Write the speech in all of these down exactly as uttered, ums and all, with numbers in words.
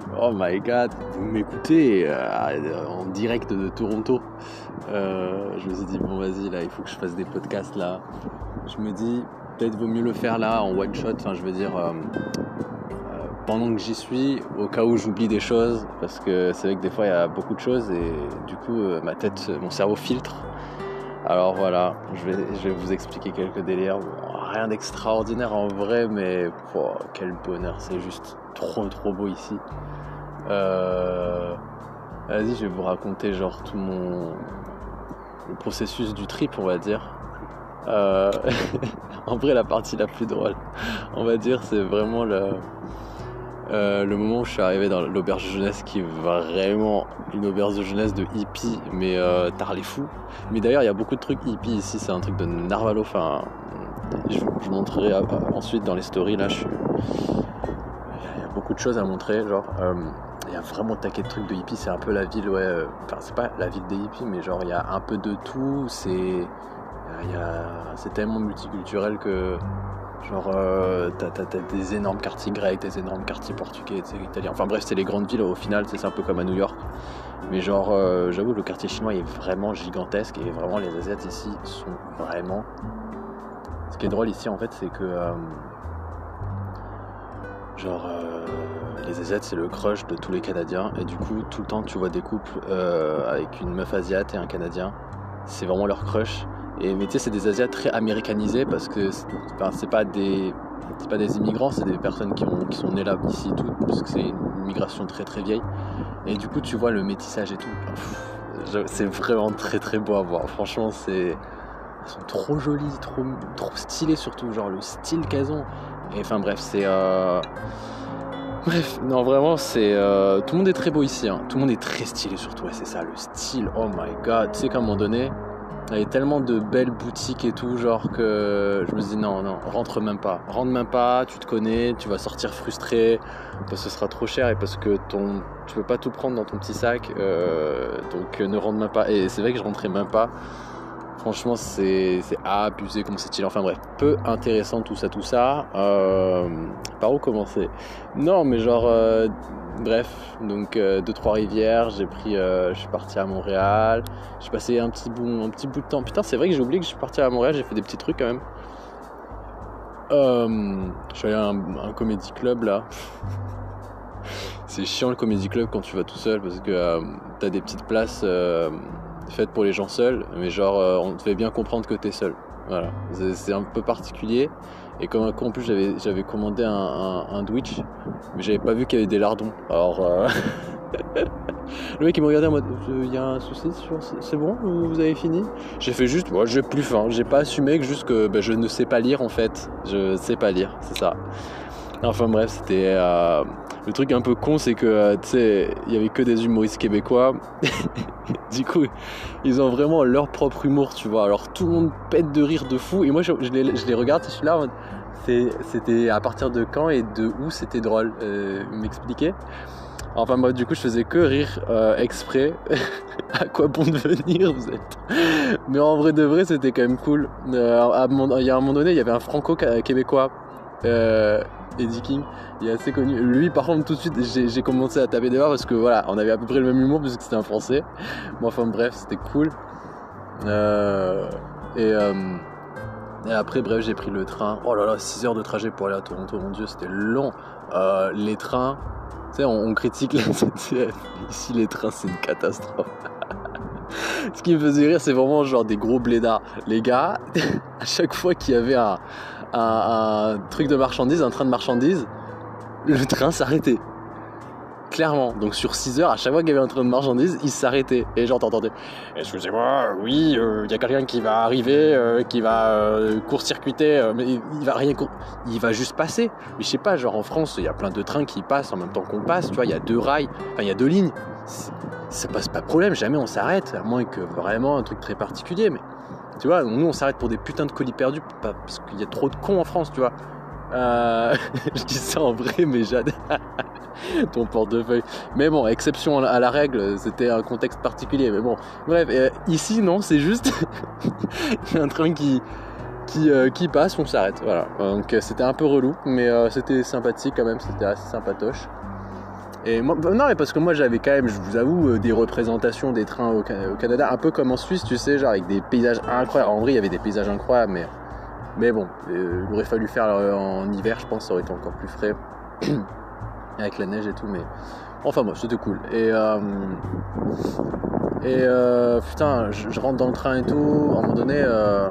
oh my god, vous m'écoutez euh, en direct de Toronto. Euh, je me suis dit, bon, vas-y, là, il faut que je fasse des podcasts là. Je me dis, peut-être vaut mieux le faire là en one shot. Enfin, je veux dire, euh, euh, pendant que j'y suis, au cas où j'oublie des choses, parce que c'est vrai que des fois il y a beaucoup de choses et du coup, euh, ma tête, mon cerveau filtre. Alors voilà, je vais, je vais vous expliquer quelques délires. Bon, rien d'extraordinaire en vrai, mais oh, quel bonheur, c'est juste trop trop beau ici. Euh, vas-y, je vais vous raconter genre tout mon le processus du trip, on va dire. Euh, en vrai, la partie la plus drôle, on va dire, c'est vraiment le Euh, le moment où je suis arrivé dans l'auberge de jeunesse, qui est vraiment une auberge de jeunesse de hippie, mais euh, tard les fous. Mais d'ailleurs, il y a beaucoup de trucs hippies ici, c'est un truc de Narvalo. Enfin, je, je montrerai euh, ensuite dans les stories. Là, je suis... il y a beaucoup de choses à montrer. Genre, euh, il y a vraiment un taquet de trucs de hippies. C'est un peu la ville, ouais. Euh, enfin, c'est pas la ville des hippies, mais genre, il y a un peu de tout. C'est, il y a, c'est tellement multiculturel que. Genre, euh, t'as, t'as, t'as des énormes quartiers grecs, des énormes quartiers portugais, italiens. Enfin bref, c'est les grandes villes au final, c'est un peu comme à New York. Mais genre, euh, j'avoue, le quartier chinois est vraiment gigantesque et vraiment les Asiates ici sont vraiment. Ce qui est drôle ici en fait, c'est que. Euh, genre, euh, les Asiates, c'est le crush de tous les Canadiens et du coup, tout le temps, tu vois des couples euh, avec une meuf asiate et un Canadien. C'est vraiment leur crush. Et, mais tu sais, c'est des Asiates très américanisés parce que c'est, enfin, c'est pas des c'est pas des immigrants, c'est des personnes qui, ont, qui sont nées là ici et tout, parce que c'est une migration très très vieille. Et du coup, tu vois le métissage et tout. Pff, c'est vraiment très très beau à voir. Franchement, c'est elles sont trop jolies, trop trop stylées surtout, genre le style qu'elles ont. Et enfin bref, c'est euh... bref, non vraiment, c'est euh... tout le monde est très beau ici. Hein. Tout le monde est très stylé surtout. Ouais, c'est ça, le style. Oh my god, tu sais qu'à un moment donné. Il y a tellement de belles boutiques et tout, genre que je me dis non, non, rentre même pas. Rentre même pas, tu te connais, tu vas sortir frustré, parce que ce sera trop cher et parce que ton, tu peux pas tout prendre dans ton petit sac, euh, donc ne rentre même pas. Et c'est vrai que je rentrais même pas. Franchement, c'est, c'est abusé comme c'est stylé. Enfin bref, peu intéressant tout ça, tout ça. Euh, par où commencer ? Non, mais genre... Euh, Bref, donc euh, deux trois rivières, j'ai pris, euh, je suis parti à Montréal, j'ai passé un petit bout, un petit bout de temps. Putain, c'est vrai que j'ai oublié que je suis parti à Montréal, j'ai fait des petits trucs quand même. Euh, je suis allé à un, un comédie club là. C'est chiant le comédie club quand tu vas tout seul parce que euh, t'as des petites places euh, faites pour les gens seuls, mais genre euh, on te fait bien comprendre que t'es seul. Voilà, c'est, c'est un peu particulier. Et comme un con, en plus, j'avais, j'avais commandé un, un, un Twitch, mais j'avais pas vu qu'il y avait des lardons. Alors, euh... le mec il me regardait en mode, il y a un souci sur, c'est bon, vous avez fini ? J'ai fait juste, moi, j'ai plus faim. J'ai pas assumé que juste que ben, je ne sais pas lire en fait. Je sais pas lire, c'est ça. Enfin bref, c'était euh... le truc un peu con, c'est que euh, tu sais, il y avait que des humoristes québécois. Du coup, ils ont vraiment leur propre humour, tu vois. Alors tout le monde pète de rire de fou. Et moi, je, je, les, je les regarde, je suis là, c'est, c'était à partir de quand et de où c'était drôle, euh, m'expliquer. Enfin moi, du coup, je faisais que rire euh, exprès. À quoi bon devenir, vous êtes. Mais en vrai de vrai, c'était quand même cool. Euh, il y a un moment donné, il y avait un franco-québécois. Euh, Eddie King, il est assez connu. Lui, par contre, tout de suite, j'ai, j'ai commencé à taper des barres parce que voilà, on avait à peu près le même humour puisque c'était un français. Bon, enfin bref, c'était cool. Euh, et, euh, et après, bref, j'ai pris le train. Oh là là, six heures de trajet pour aller à Toronto, mon dieu, c'était long. Euh, les trains, tu sais, on, on critique la S N C F. Ici, les trains, c'est une catastrophe. Ce qui me faisait rire, c'est vraiment genre des gros blédards. Les gars, à chaque fois qu'il y avait un, un, un truc de marchandises, un train de marchandises, le train s'arrêtait. Clairement. Donc sur six heures, à chaque fois qu'il y avait un train de marchandises, il s'arrêtait. Et genre t'entendais, excusez-moi, oui, il euh, y a quelqu'un qui va arriver, euh, qui va euh, court-circuiter, euh, mais il, il va rien court... il va juste passer. Mais je sais pas, genre en France, il y a plein de trains qui passent en même temps qu'on passe, tu vois, il y a deux rails, enfin il y a deux lignes. C'est... ça passe pas de problème, jamais on s'arrête, à moins que vraiment un truc très particulier, mais tu vois, nous on s'arrête pour des putains de colis perdus, parce qu'il y a trop de cons en France, tu vois. Euh... je dis ça en vrai, mais j'adore ton portefeuille. Mais bon, exception à la règle, c'était un contexte particulier, mais bon. Bref, euh, ici, non, c'est juste il y a un train qui, qui, euh, qui passe, on s'arrête, voilà. Donc c'était un peu relou, mais euh, c'était sympathique quand même, c'était assez sympatoche. Et moi, non, mais parce que moi j'avais quand même, je vous avoue, des représentations des trains au, au Canada, un peu comme en Suisse, tu sais, genre avec des paysages incroyables. En vrai, il y avait des paysages incroyables, mais, mais bon, euh, il aurait fallu faire en hiver, je pense, ça aurait été encore plus frais, avec la neige et tout, mais enfin bon, c'était cool. Et, euh, et euh, putain, je, je rentre dans le train et tout, à un moment donné, euh,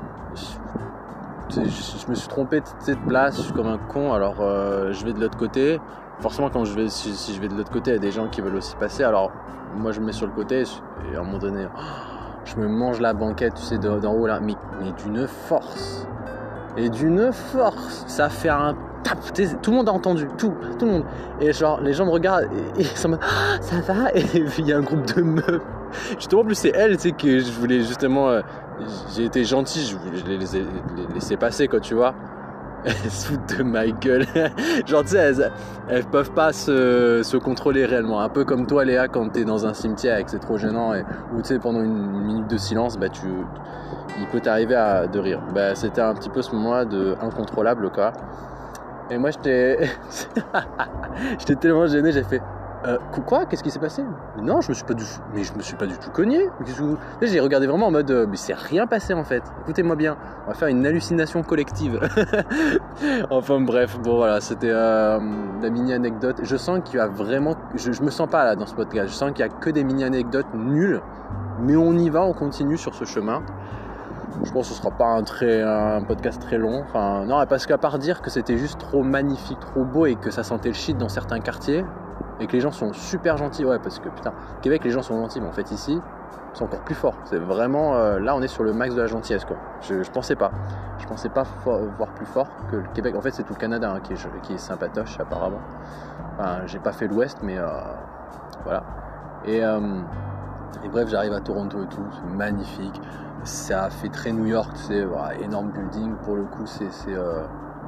je, je, je me suis trompé de place, je suis comme un con, alors euh, je vais de l'autre côté. Forcément, quand je vais, si, si je vais de l'autre côté, il y a des gens qui veulent aussi passer. Alors, moi, je me mets sur le côté et à un moment donné, oh, je me mange la banquette, tu sais, d'en haut là, mais, mais d'une force. Et d'une force, ça fait un tap. Tout le monde a entendu, tout, tout le monde. Et genre, les gens me regardent et, et ils sont en mode, oh, ça va. Et il y a un groupe de meufs. Justement, en plus, c'est elles, tu sais, que je voulais justement. Euh, j'ai été gentil, je, je les, les, les laisser passer, quoi, tu vois. Elles se foutent de ma gueule. Genre, tu sais, elles, elles peuvent pas se, se contrôler réellement. Un peu comme toi, Léa, quand t'es dans un cimetière et que c'est trop gênant, et, ou tu sais, pendant une minute de silence, bah, tu, il peut t'arriver à, de rire. Bah, c'était un petit peu ce moment-là de incontrôlable, quoi. Et moi, j'étais. J'étais tellement gêné, j'ai fait. Euh, quoi? Qu'est-ce qui s'est passé? Non, je me suis pas du mais je me suis pas du tout cogné. J'ai regardé vraiment en mode, euh, mais c'est rien passé en fait. Écoutez-moi bien, on va faire une hallucination collective. Enfin bref, bon voilà, c'était euh, la mini anecdote. Je sens qu'il y a vraiment, je, je me sens pas là dans ce podcast. Je sens qu'il y a que des mini anecdotes nulles, mais on y va, on continue sur ce chemin. Je pense que ce sera pas un, très, un podcast très long. Enfin non, parce qu'à part dire que c'était juste trop magnifique, trop beau et que ça sentait le shit dans certains quartiers. Et que les gens sont super gentils, ouais, parce que putain, au Québec les gens sont gentils, mais en fait ici, c'est encore plus fort. C'est vraiment, euh, là on est sur le max de la gentillesse, quoi. Je, je pensais pas, je pensais pas for- voir plus fort que le Québec. En fait, c'est tout le Canada hein, qui, est, qui est sympatoche apparemment. Enfin, j'ai pas fait l'Ouest, mais euh, voilà. Et, euh, et bref, j'arrive à Toronto et tout, c'est magnifique. Ça fait très New York, tu sais, voilà, énorme building. Pour le coup, c'est, c'est euh,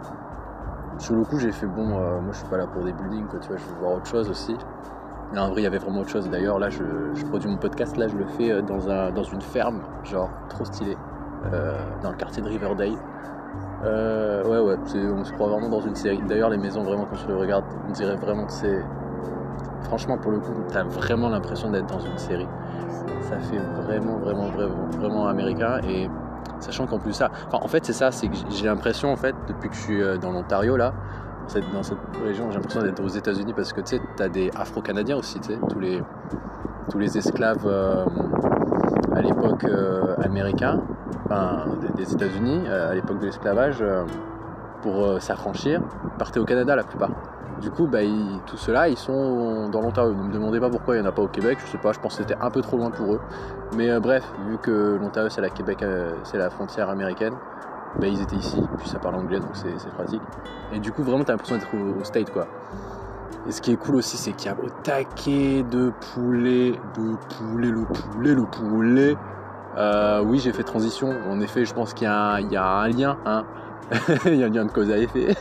sur le coup, j'ai fait bon, euh, moi je suis pas là pour des buildings, quoi, tu vois, je veux voir autre chose aussi. Là, en vrai, il y avait vraiment autre chose. D'ailleurs, là, je, je produis mon podcast, là, je le fais dans, un, dans une ferme, genre trop stylé, euh, dans le quartier de Riverdale. Euh, ouais, ouais, c'est, on se croit vraiment dans une série. D'ailleurs, les maisons, vraiment, quand je les regarde, on dirait vraiment que c'est. Franchement, pour le coup, t'as vraiment l'impression d'être dans une série. Ça fait vraiment, vraiment, vraiment, vraiment américain. Et sachant qu'en plus ça, enfin en fait c'est ça, c'est que j'ai l'impression en fait depuis que je suis dans l'Ontario là, dans cette, dans cette région, j'ai l'impression d'être aux États-Unis parce que tu sais, t'as des Afro-Canadiens aussi, tu sais, tous les tous les esclaves euh, à l'époque euh, américain, enfin des, des États-Unis euh, à l'époque de l'esclavage euh, pour euh, s'affranchir, partaient au Canada la plupart. Du coup, bah, ils, tous ceux-là, ils sont dans l'Ontario. Ne me demandez pas pourquoi il n'y en a pas au Québec, je sais pas, je pense que c'était un peu trop loin pour eux. Mais euh, bref, vu que l'Ontario c'est la Québec, euh, c'est la frontière américaine, bah, ils étaient ici, puis ça parle anglais donc c'est, c'est pratique. Et du coup, vraiment, t'as l'impression d'être au, au State, quoi. Et ce qui est cool aussi, c'est qu'il y a au taquet de poulet, de poulet, le poulet, le poulet. Euh, oui, j'ai fait transition. En effet, je pense qu'il y a un, il y a un lien, hein. Il y a un lien de cause à effet.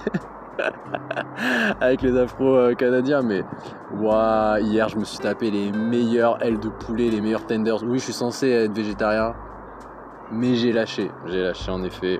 Avec les Afro-Canadiens, mais wow, hier je me suis tapé les meilleures ailes de poulet, les meilleurs tenders. Oui, je suis censé être végétarien, mais j'ai lâché, j'ai lâché en effet.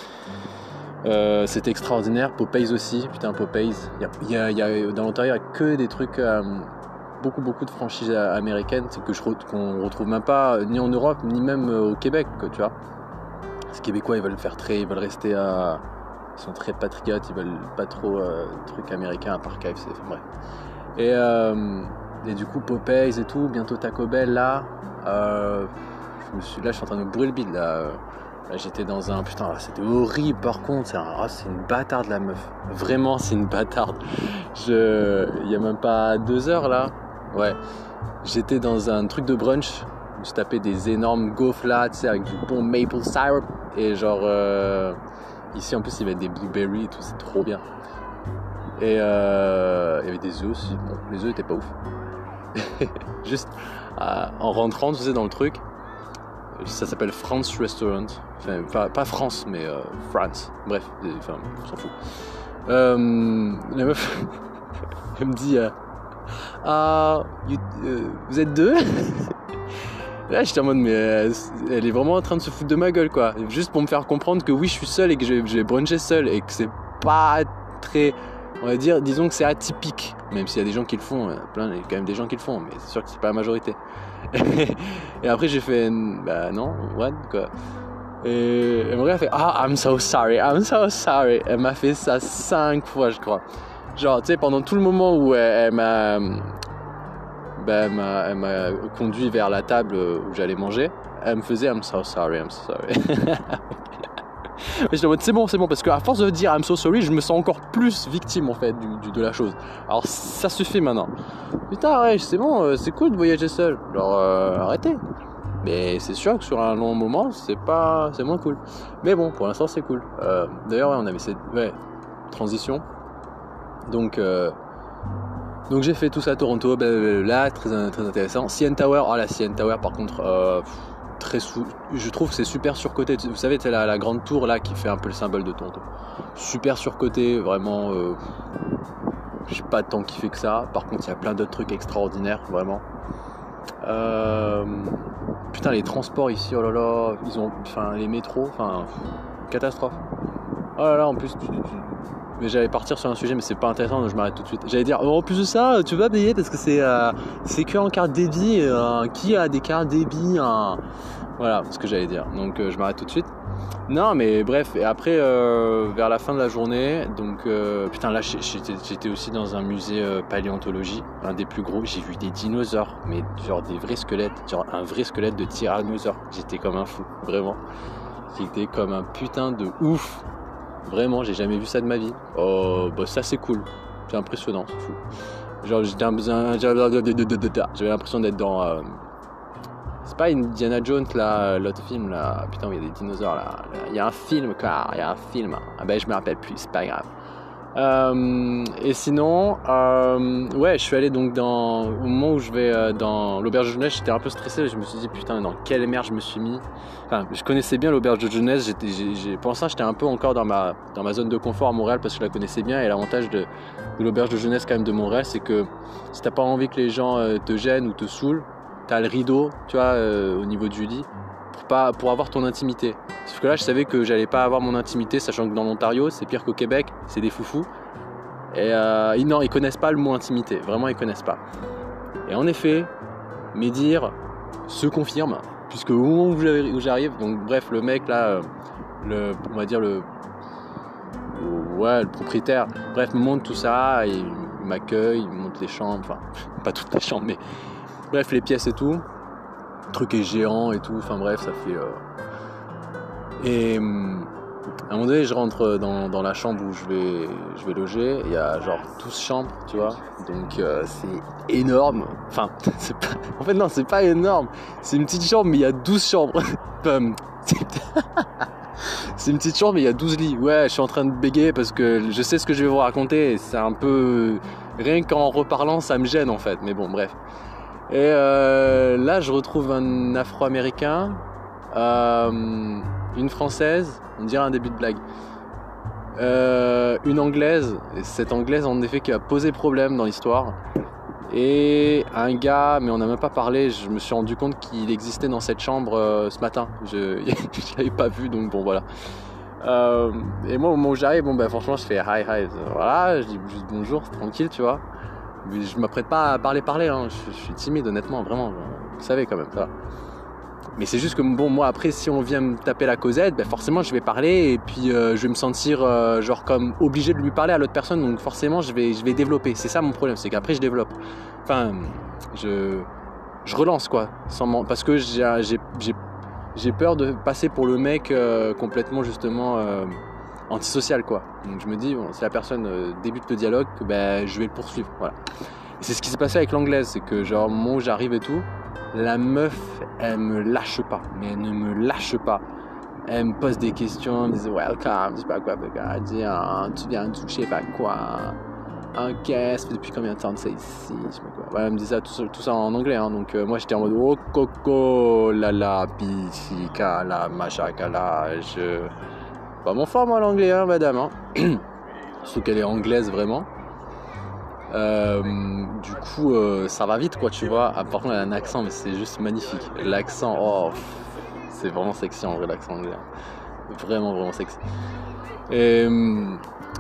Euh, c'était extraordinaire. Popeyes aussi, putain, Popeyes. Il y a, il y a, il y a, dans l'Ontario, il n'y a que des trucs, euh, beaucoup, beaucoup de franchises américaines que je, qu'on retrouve même pas ni en Europe, ni même au Québec, quoi, tu vois. Les Québécois, ils veulent faire très, ils veulent rester à. Ils sont très patriotes, ils veulent pas trop euh, trucs américains à part K F C, enfin, bref. Et, euh, et du coup, Popeyes et tout, bientôt Taco Bell là. Euh, je me suis, là, je suis en train de me brûler le bide là. Là, j'étais dans un. Putain, là, c'était horrible par contre. C'est, un, oh, c'est une bâtarde la meuf. Vraiment, c'est une bâtarde. Je, il y a même pas deux heures là. Ouais. J'étais dans un truc de brunch. Je me suis tapé des énormes gaufres là, tu sais, avec du bon maple syrup. Et genre. Euh, Ici en plus il y avait des blueberries et tout, c'est trop bien. Et euh, il y avait des œufs aussi. Bon, les œufs étaient pas ouf. Juste euh, en rentrant, tu sais, dans le truc, ça s'appelle France Restaurant. Enfin, pas, pas France, mais euh, France. Bref, enfin, on s'en fout. Euh, la meuf, elle me dit euh, ah, you, euh, vous êtes deux? Là j'étais en mode mais euh, elle est vraiment en train de se foutre de ma gueule quoi, juste pour me faire comprendre que oui je suis seul et que je vais bruncher seul et que c'est pas très, on va dire, disons que c'est atypique Même s'il y a des gens qui le font, il y a plein, il y a quand même des gens qui le font, mais c'est sûr que c'est pas la majorité. Et après j'ai fait, bah non, what, quoi. Et elle m'a fait, ah, I'm so sorry, I'm so sorry. Elle m'a fait ça cinq fois, je crois. Genre, tu sais, pendant tout le moment où elle, elle m'a, bah, elle m'a, elle m'a conduit vers la table où j'allais manger, elle me faisait, I'm so sorry, I'm so sorry. J'étais en mode, c'est bon, c'est bon, parce qu'à force de dire I'm so sorry, je me sens encore plus victime en fait du, du, de la chose. Alors ça suffit maintenant. Putain, ouais, c'est bon, c'est cool de voyager seul. Genre, euh, arrêtez. Mais c'est sûr que sur un long moment, c'est pas, c'est moins cool. Mais bon, pour l'instant, c'est cool. Euh, d'ailleurs, ouais, on avait cette ouais, transition. Donc, euh, donc j'ai fait tout ça à Toronto, blablabla, très, très intéressant. C N Tower, ah la C N Tower, par contre, euh, très sous, je trouve que c'est super surcoté. Vous savez, c'est la, la grande tour là qui fait un peu le symbole de Toronto. Super surcoté, vraiment. Euh, j'ai pas tant kiffé que ça. Par contre, il y a plein d'autres trucs extraordinaires, vraiment. Euh, putain, les transports ici, oh là là, ils ont, enfin, les métros, enfin, catastrophe. Oh là là, en plus, tu, tu, mais j'allais partir sur un sujet, mais c'est pas intéressant, donc je m'arrête tout de suite. J'allais dire, oh, en plus de ça, tu vas payer parce que c'est, euh, c'est que en carte débit. Euh, qui a des cartes débit hein. Voilà ce que j'allais dire. Donc euh, je m'arrête tout de suite. Non, mais bref, et après, euh, vers la fin de la journée, donc, euh, putain, là, j'étais, j'étais aussi dans un musée euh, paléontologie, un des plus gros. J'ai vu des dinosaures, mais genre des vrais squelettes, genre un vrai squelette de tyrannosaure. J'étais comme un fou, vraiment. J'étais comme un putain de ouf. Vraiment, j'ai jamais vu ça de ma vie. Oh, bah ça c'est cool, c'est impressionnant, c'est fou. Genre, j'étais un, j'avais l'impression d'être dans. Euh, C'est pas Indiana Jones là, l'autre film là, putain où il y a des dinosaures là. Il y a un film quoi, il y a un film. Ah ben je me rappelle plus, c'est pas grave. Euh, et sinon, euh, ouais, je suis allé donc dans, au moment où je vais euh, dans l'auberge de jeunesse, j'étais un peu stressé, je me suis dit putain dans quelle merde je me suis mis. Enfin, je connaissais bien l'auberge de jeunesse, j'étais, j'ai, j'ai, pour ça j'étais un peu encore dans ma, dans ma zone de confort à Montréal parce que je la connaissais bien et l'avantage de, de l'auberge de jeunesse quand même de Montréal, c'est que si t'as pas envie que les gens euh, te gênent ou te saoulent, t'as le rideau, tu vois, euh, au niveau du lit, pour, pas, pour avoir ton intimité. Sauf que là, je savais que j'allais pas avoir mon intimité, sachant que dans l'Ontario, c'est pire qu'au Québec, c'est des foufous. Et euh, ils, non, ils connaissent pas le mot intimité, vraiment, ils connaissent pas. Et en effet, mes dires se confirment, puisque au moment où j'arrive, donc bref, le mec là, le, on va dire le, ouais, le propriétaire, bref, me montre tout ça, il m'accueille, il me montre les chambres, enfin, pas toutes les chambres, mais bref, les pièces et tout. Le truc est géant et tout. Enfin bref, ça fait... Euh... Et euh, à un moment donné, je rentre dans, dans la chambre où je vais, je vais loger. Il y a genre douze chambres, tu vois. Donc euh, c'est énorme. Enfin, c'est pas... en fait non, c'est pas énorme. C'est une petite chambre, mais il y a douze chambres. C'est une petite chambre, mais il y a douze lits. Ouais, je suis en train de bégayer parce que je sais ce que je vais vous raconter. Et c'est un peu... Rien qu'en reparlant, ça me gêne en fait. Mais bon, bref. Et euh, là, je retrouve un Afro-Américain, euh, une Française, on dirait un début de blague, euh, une Anglaise, et cette Anglaise en effet qui a posé problème dans l'histoire, et un gars, mais on n'a même pas parlé, je me suis rendu compte qu'il existait dans cette chambre euh, ce matin, je ne l'avais pas vu, donc bon voilà. Euh, et moi au moment où j'arrive, bon ben franchement je fais hi hi, voilà, je dis juste bonjour, tranquille tu vois. Je m'apprête pas à parler parler, hein. je, je suis timide honnêtement, vraiment, vous savez quand même ça. Mais c'est juste que bon moi après si on vient me taper la causette, ben forcément je vais parler et puis euh, je vais me sentir euh, genre comme obligé de lui parler à l'autre personne, donc forcément je vais, je vais développer, c'est ça mon problème, c'est qu'après je développe. Enfin, je, je relance quoi, sans parce que j'ai, j'ai, j'ai, j'ai peur de passer pour le mec euh, complètement justement... Euh, antisocial quoi. Donc je me dis bon, si la personne euh, débute le dialogue, ben je vais le poursuivre. Voilà. Et c'est ce qui s'est passé avec l'anglaise, c'est que genre au moment où j'arrive et tout, la meuf elle me lâche pas, mais elle ne me lâche pas. Elle me pose des questions, elle me dit welcome, je sais pas quoi, elle dit ah, tu viens de toucher pas quoi, un caisse, depuis combien de temps tu es ici, je sais pas quoi. Ouais, elle me dit ça tout, tout ça en anglais, hein. Donc euh, moi j'étais en mode oh coco la la pichica la machaka la je pas mon fort moi l'anglais hein, madame hein. Surtout qu'elle est anglaise vraiment. Euh, du coup euh, ça va vite quoi tu vois. Ah, par contre elle a un accent mais c'est juste magnifique. L'accent oh c'est vraiment sexy en vrai l'accent anglais. Vraiment vraiment sexy. Et,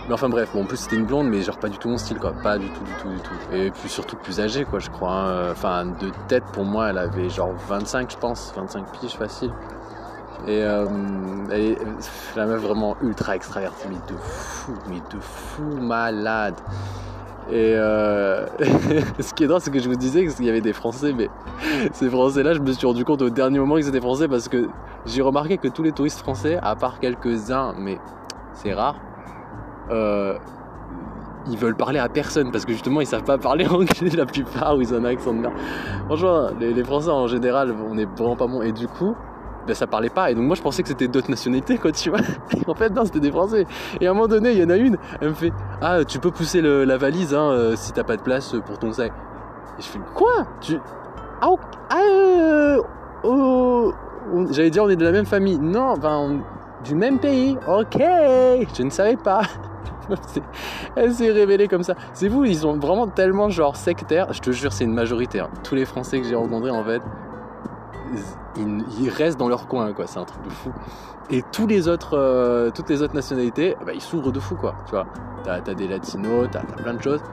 Mais enfin bref, bon, en plus c'était une blonde, mais genre pas du tout mon style, quoi. Pas du tout, du tout, du tout. Et puis surtout plus âgée, quoi, je crois. Hein. Enfin, de tête, pour moi, elle avait genre vingt-cinq, je pense, vingt-cinq piges facile. Et euh, elle, la meuf vraiment ultra extravertie, mais de fou, mais de fou malade. Et euh, ce qui est drôle, c'est que je vous disais qu'il y avait des Français, mais ces Français-là, je me suis rendu compte au dernier moment qu'ils étaient Français parce que j'ai remarqué que tous les touristes français, à part quelques-uns, mais c'est rare, euh, ils veulent parler à personne parce que justement ils savent pas parler anglais la plupart ou ils ont un accent de merde. Franchement, les, les Français en général, on est vraiment pas bons. Et du coup, ben ça parlait pas, et donc moi je pensais que c'était d'autres nationalités, quoi, tu vois. Et en fait non, c'était des Français. Et à un moment donné, il y en a une, elle me fait ah, tu peux pousser le, la valise hein, euh, si t'as pas de place pour ton sac. Et je fais quoi, tu ah, ok. ah euh, oh, on... j'allais dire on est de la même famille, non, enfin on... du même pays, ok, je ne savais pas. Elle s'est révélée comme ça. C'est vous, ils sont vraiment tellement genre sectaires. Je te jure, c'est une majorité, hein. Tous les Français que j'ai rencontrés en fait, Ils, ils restent dans leur coin, quoi. C'est un truc de fou. Et tous les autres, euh, toutes les autres nationalités, bah, ils s'ouvrent de fou, quoi. Tu vois, t'as, t'as des latinos, t'as, t'as plein de choses.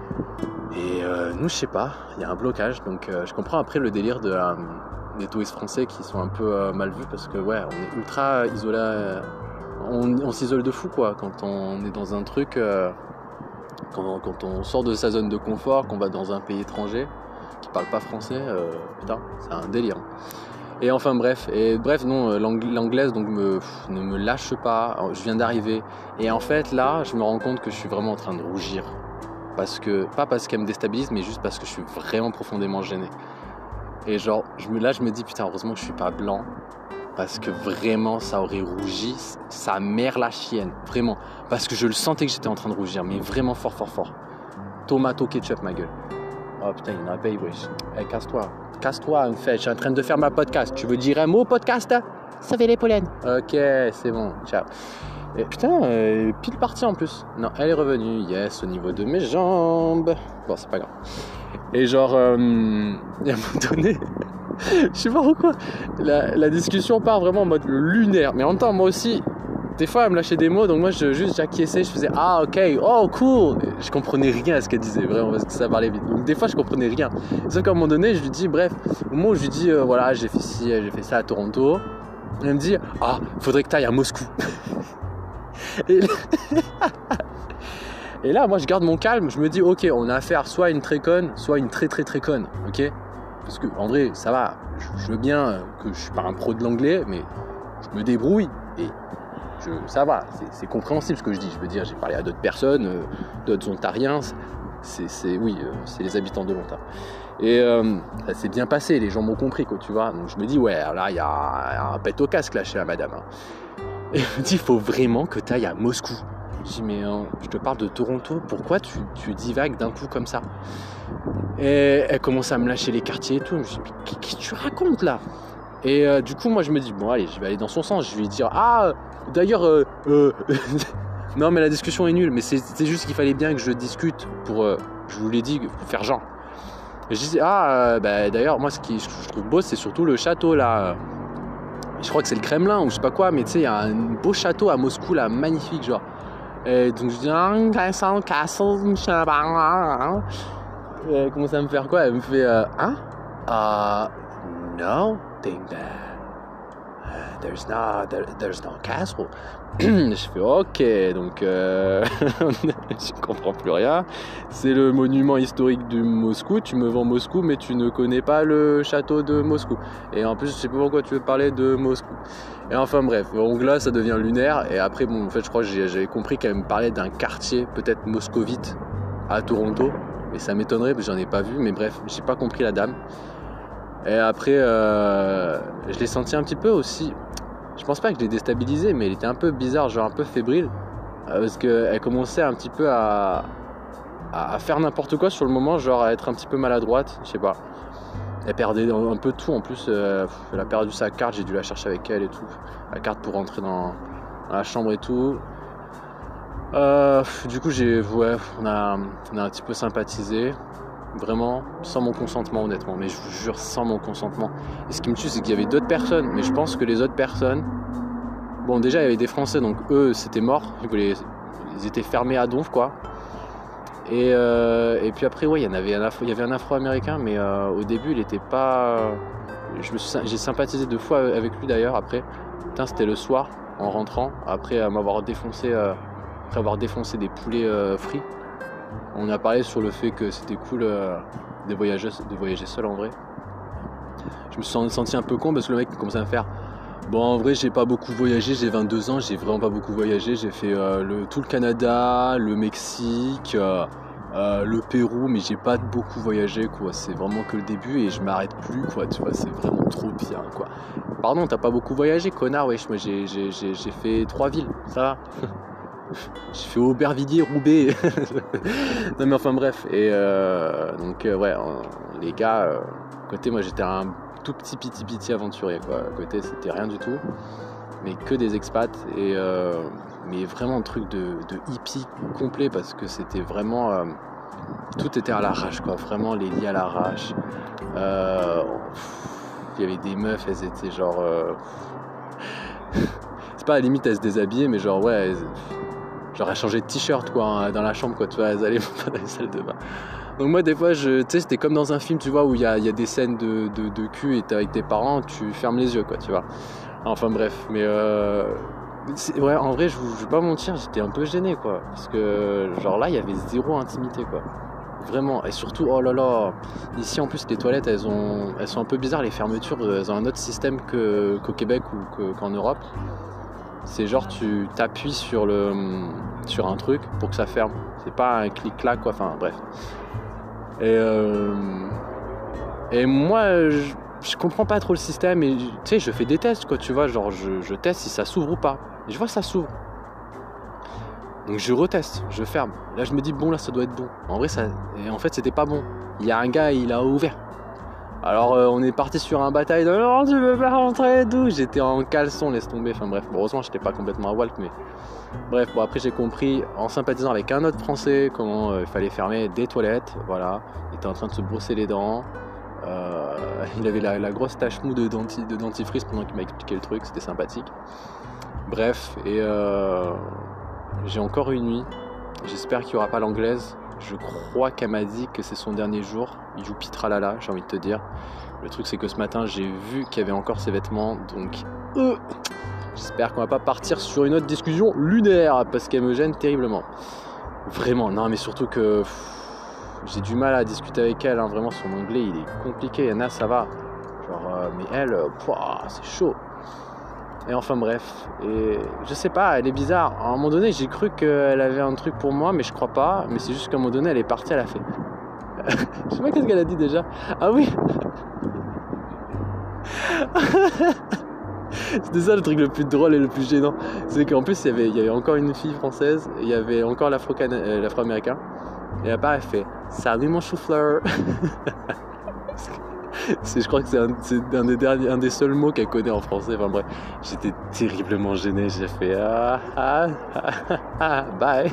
Et euh, nous, je sais pas, il y a un blocage. Donc, euh, je comprends après le délire de, euh, des touristes français qui sont un peu euh, mal vus parce que, ouais, on est ultra isolé. Euh, on, on s'isole de fou, quoi. Quand on est dans un truc, euh, quand, quand on sort de sa zone de confort, qu'on va dans un pays étranger qui parle pas français, euh, putain, c'est un délire. Et enfin bref, et bref non, l'anglaise donc me, pff, ne me lâche pas, je viens d'arriver. Et en fait là, je me rends compte que je suis vraiment en train de rougir. Parce que, pas parce qu'elle me déstabilise, mais juste parce que je suis vraiment profondément gêné. Et genre, je me, là je me dis putain, heureusement que je suis pas blanc. Parce que vraiment ça aurait rougi, sa mère la chienne, vraiment. Parce que je le sentais que j'étais en train de rougir, mais vraiment fort fort fort. Tomato ketchup ma gueule. Oh putain, il y en a paye, wesh. Hey, casse-toi. Casse-toi, en fait. Je suis en train de faire ma podcast. Tu veux dire un mot, podcast? Sauver les pollens. Ok, c'est bon. Ciao. Et putain, euh, pile partie en plus. Non, elle est revenue. Yes, au niveau de mes jambes. Bon, c'est pas grave. Et genre, euh, il y a un moment donné, je sais pas pourquoi, la, la discussion part vraiment en mode lunaire. Mais en même temps, moi aussi, des fois, elle me lâchait des mots, donc moi, je, juste j'acquiesçais, je faisais « Ah, ok, oh, cool !» Je comprenais rien à ce qu'elle disait, vraiment, parce que ça parlait vite. Donc des fois, je comprenais rien. Sauf qu'à un moment donné, je lui dis, bref, au moment où je lui dis euh, « Voilà, j'ai fait ci, j'ai fait ça à Toronto », elle me dit « Ah, faudrait que tu ailles à Moscou. » Et là... Et là, moi, je garde mon calme, je me dis « Ok, on a affaire soit à une très conne, soit à une très très très conne, ok ?» Parce que, en vrai, ça va, je, je veux bien que je suis pas un pro de l'anglais, mais je me débrouille, et... Je, ça va, c'est, c'est compréhensible ce que je dis. Je veux dire, j'ai parlé à d'autres personnes, euh, d'autres ontariens. C'est, c'est, oui, euh, c'est les habitants de l'Ontario. Et euh, ça s'est bien passé, les gens m'ont compris, quoi, tu vois. Donc je me dis, ouais, là, il y a un pet au casque là chez la madame. Hein. Et elle me dit, il faut vraiment que tu ailles à Moscou. Je dis, mais euh, je te parle de Toronto, pourquoi tu, tu divagues d'un coup comme ça? Et elle commence à me lâcher les quartiers et tout. Je me dis, mais qu'est-ce que tu racontes là? Et euh, du coup, moi, je me dis, bon, allez, je vais aller dans son sens. Je vais lui dire, ah, d'ailleurs, euh, euh, non, mais la discussion est nulle. Mais c'est, c'est juste qu'il fallait bien que je discute pour, euh, je vous l'ai dit, pour faire genre. Et je dis, ah, euh, bah, d'ailleurs, moi, ce qui je trouve beau, c'est surtout le château, là. Je crois que c'est le Kremlin ou je sais pas quoi, mais tu sais, il y a un beau château à Moscou, là, magnifique, genre. Et donc, je dis, ah, castle, castle, elle commence à me faire quoi? Elle me fait, euh, hein? Ah, uh, no. Think that uh, there's no there, there's no castle. Je fais ok, donc euh, je comprends plus rien. C'est le monument historique de Moscou. Tu me vends Moscou, mais tu ne connais pas le château de Moscou. Et en plus, je sais pas pourquoi tu veux parler de Moscou. Et enfin bref, donc là, ça devient lunaire. Et après, bon, en fait, je crois que j'ai, j'avais compris qu'elle me parlait d'un quartier, peut-être moscovite, à Toronto. Mais ça m'étonnerait parce que j'en ai pas vu. Mais bref, j'ai pas compris la dame. Et après, euh, je l'ai senti un petit peu aussi. Je pense pas que je l'ai déstabilisée, mais elle était un peu bizarre, genre un peu fébrile. Euh, parce qu'elle commençait un petit peu à, à faire n'importe quoi sur le moment, genre à être un petit peu maladroite, je sais pas. Elle perdait un peu tout en plus. Euh, elle a perdu sa carte, j'ai dû la chercher avec elle et tout. La carte pour rentrer dans, dans la chambre et tout. Euh, du coup, j'ai, ouais, on a, on a un petit peu sympathisé. Vraiment, sans mon consentement honnêtement, mais je vous jure, sans mon consentement. Et ce qui me tue, c'est qu'il y avait d'autres personnes, mais je pense que les autres personnes, bon déjà il y avait des Français, donc eux c'était mort, ils voulaient ils étaient fermés à donf quoi. Et, euh, et puis après, ouais, il y en avait un afro, il y avait un afro-américain, mais euh, au début, il était pas. Je me suis, j'ai sympathisé deux fois avec lui d'ailleurs. Après, putain, c'était le soir en rentrant, après m'avoir défoncé, euh, après avoir défoncé des poulets euh, frits. On a parlé sur le fait que c'était cool euh, de voyager, de voyager seul en vrai. Je me suis senti un peu con parce que le mec commençait à me faire. Bon, en vrai, j'ai pas beaucoup voyagé, j'ai vingt-deux ans, j'ai vraiment pas beaucoup voyagé. J'ai fait euh, le, tout le Canada, le Mexique, euh, euh, le Pérou, mais j'ai pas beaucoup voyagé, quoi. C'est vraiment que le début et je m'arrête plus, quoi. Tu vois, c'est vraiment trop bien, quoi. Pardon, t'as pas beaucoup voyagé, connard, wesh. Moi, j'ai, j'ai, j'ai, j'ai fait trois villes, ça va. J'ai fait Aubervilliers, Roubaix. Non, mais enfin, bref. Et euh, donc, euh, ouais, hein, les gars, euh, côté, moi, j'étais un tout petit petit petit aventurier quoi. À côté c'était rien du tout, mais que des expats et euh, mais vraiment un truc de, de hippie complet parce que c'était vraiment euh, tout était à l'arrache quoi, vraiment les lits à l'arrache. Euh, il y avait des meufs, elles étaient genre euh, c'est pas à la limite elles se déshabillaient mais genre ouais elles, genre elles changeaient de t-shirt quoi hein, dans la chambre quoi, tu vois, elles allaient pas dans les salles de bain. Donc moi des fois, je, tu sais, c'était comme dans un film, tu vois, où il y a, y a des scènes de, de, de cul et t'es avec tes parents, tu fermes les yeux, quoi, tu vois. Enfin bref, mais euh, ouais, en vrai, je, je vais pas mentir, j'étais un peu gêné, quoi, parce que genre là, il y avait zéro intimité, quoi. Vraiment, et surtout, oh là là, ici en plus les toilettes, elles ont, elles sont un peu bizarres, les fermetures, elles ont un autre système que, qu'au Québec ou que, qu'en Europe. C'est genre tu t'appuies sur le, sur un truc pour que ça ferme. C'est pas un clic-clac, quoi. Enfin bref. Et, euh, et moi, je, je comprends pas trop le système. Et tu sais, je fais des tests, quoi. Tu vois, genre je, je teste si ça s'ouvre ou pas. Et je vois que ça s'ouvre. Donc je reteste, je ferme. Là, je me dis bon, là, ça doit être bon. En vrai, ça, et en fait, c'était pas bon. Il y a un gars, il a ouvert. Alors euh, on est parti sur un bataille de non tu veux pas rentrer d'où. J'étais en caleçon, laisse tomber, enfin bref, bon, heureusement j'étais pas complètement à Walk mais bref, bon après j'ai compris en sympathisant avec un autre français comment il euh, fallait fermer des toilettes, voilà, il était en train de se brosser les dents, euh, il avait la, la grosse tache mou de, denti, de dentifrice pendant qu'il m'a expliqué le truc, c'était sympathique. Bref, et euh, j'ai encore une nuit, j'espère qu'il n'y aura pas l'anglaise. Je crois qu'elle m'a dit que c'est son dernier jour. Youpi tralala, j'ai envie de te dire. Le truc, c'est que ce matin, j'ai vu qu'il y avait encore ses vêtements. Donc, euh, j'espère qu'on va pas partir sur une autre discussion lunaire parce qu'elle me gêne terriblement. Vraiment, non, mais surtout que pff, j'ai du mal à discuter avec elle. Hein. Vraiment, son anglais, il est compliqué. Yana, ça va. Genre, euh, mais elle, euh, pouah, c'est chaud. Et enfin bref, et je sais pas, elle est bizarre. À un moment donné, j'ai cru qu'elle avait un truc pour moi, mais je crois pas. Mais c'est juste qu'à un moment donné, elle est partie, elle a fait. Je sais pas qu'est-ce qu'elle a dit déjà. Ah oui. C'était ça le truc le plus drôle et le plus gênant. C'est qu'en plus, il y avait, il y avait encore une fille française, il y avait encore l'afro-américain. Et à part, elle fait « Salut mon chou-fleur !» C'est, je crois que c'est, un, c'est un, des derniers, un des seuls mots qu'elle connaît en français. Enfin bref, j'étais terriblement gêné. J'ai fait ah, ah, ah, ah bye.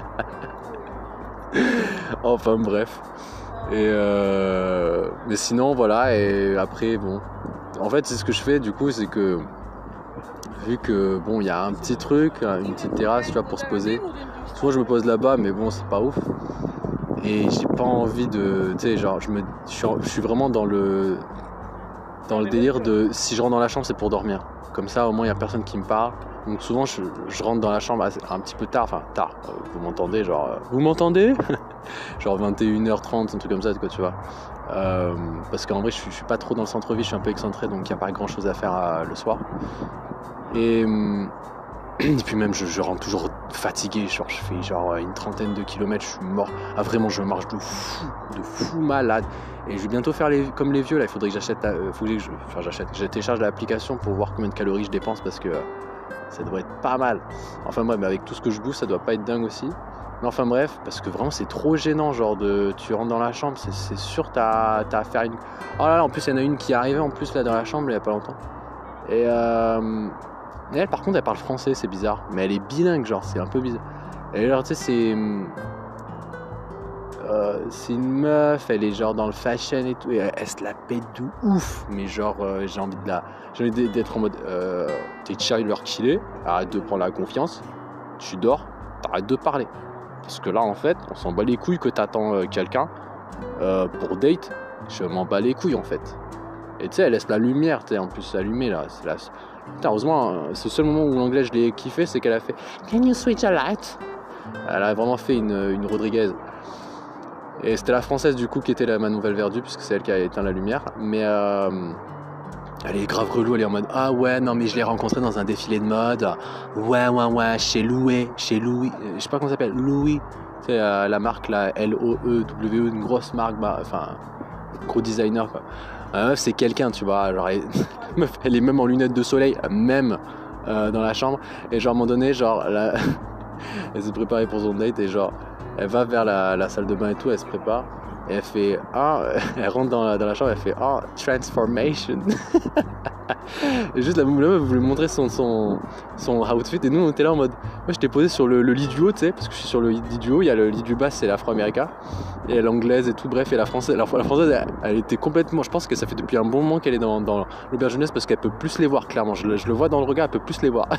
Enfin bref. Et euh, mais sinon voilà. Et après bon, en fait c'est ce que je fais du coup, c'est que vu que bon il y a un petit truc, une petite terrasse, tu vois, pour se poser. Souvent je me pose là-bas, mais bon c'est pas ouf. Et j'ai pas envie de, tu sais, genre, je me, je suis, je suis vraiment dans le, dans le délire de, si je rentre dans la chambre, c'est pour dormir. Comme ça, au moins, il y a personne qui me parle. Donc souvent, je, je rentre dans la chambre un petit peu tard, enfin tard. Euh, vous m'entendez, genre, euh, vous m'entendez genre vingt et une heures trente, un truc comme ça, quoi, tu vois. Euh, parce qu'en vrai, je, je suis pas trop dans le centre-ville, je suis un peu excentré, donc il y a pas grand-chose à faire à, le soir. Et Et puis même je, je rentre toujours fatigué, genre je fais genre une trentaine de kilomètres, je suis mort. Ah vraiment je marche de fou, de fou malade. Et je vais bientôt faire les, comme les vieux là, il faudrait que j'achète, euh, faut que je, enfin j'achète, je télécharge l'application pour voir combien de calories je dépense parce que euh, ça devrait être pas mal. Enfin bref, mais avec tout ce que je bouffe ça doit pas être dingue aussi. Mais enfin bref, parce que vraiment c'est trop gênant, genre de, tu rentres dans la chambre, c'est, c'est sûr t'as, t'as à faire une... Oh là là, en plus il y en a une qui est arrivée en plus là dans la chambre il y a pas longtemps. Et euh... Et elle, par contre, elle parle français, c'est bizarre. Mais elle est bilingue, genre, c'est un peu bizarre. Et alors, tu sais, c'est... Euh, c'est une meuf, elle est genre dans le fashion et tout. Et elle, elle se la pète de ouf. Mais genre, euh, j'ai envie de la... J'ai envie d'être en mode... Euh, t'es Charlie leur chiller, arrête de prendre la confiance. Tu dors, t'as arrête de parler. Parce que là, en fait, on s'en bat les couilles que t'attends euh, quelqu'un euh, pour date. Je m'en bats les couilles, en fait. Et tu sais, elle laisse la lumière, tu sais, en plus allumée, là. C'est la... Putain, heureusement, c'est le seul moment où l'anglais, je l'ai kiffé, c'est qu'elle a fait « Can you switch a light ?» Elle a vraiment fait une, une Rodriguez. Et c'était la française, du coup, qui était la, ma nouvelle verdue, puisque c'est elle qui a éteint la lumière. Mais... Euh... Elle est grave relou, elle est en mode « Ah ouais, non mais je l'ai rencontré dans un défilé de mode. Ouais, ouais, ouais, chez Louis, chez Louis. » Je sais pas comment ça s'appelle, Louis. C'est euh, la marque, là, L O E W E, une grosse marque, bah, enfin, gros designer, quoi. La meuf, c'est quelqu'un, tu vois. Genre, elle... meuf, elle est même en lunettes de soleil, même euh, dans la chambre. Et genre, à un moment donné, genre, la... elle s'est préparée pour son date et genre, elle va vers la, la salle de bain et tout, elle se prépare. Et elle fait ah, elle rentre dans la, dans la chambre, elle fait ah, oh, transformation. Et juste la meuf voulait montrer son, son, son outfit et nous on était là en mode, moi j'étais posé sur le, le lit du haut, tu sais, parce que je suis sur le lit du haut, il y a le lit du bas, c'est l'afro-américain et l'anglaise et tout, bref, et la française, la, la française elle, elle était complètement, je pense que ça fait depuis un bon moment qu'elle est dans, dans l'auberge jeunesse parce qu'elle peut plus les voir, clairement, je, je le vois dans le regard, elle peut plus les voir.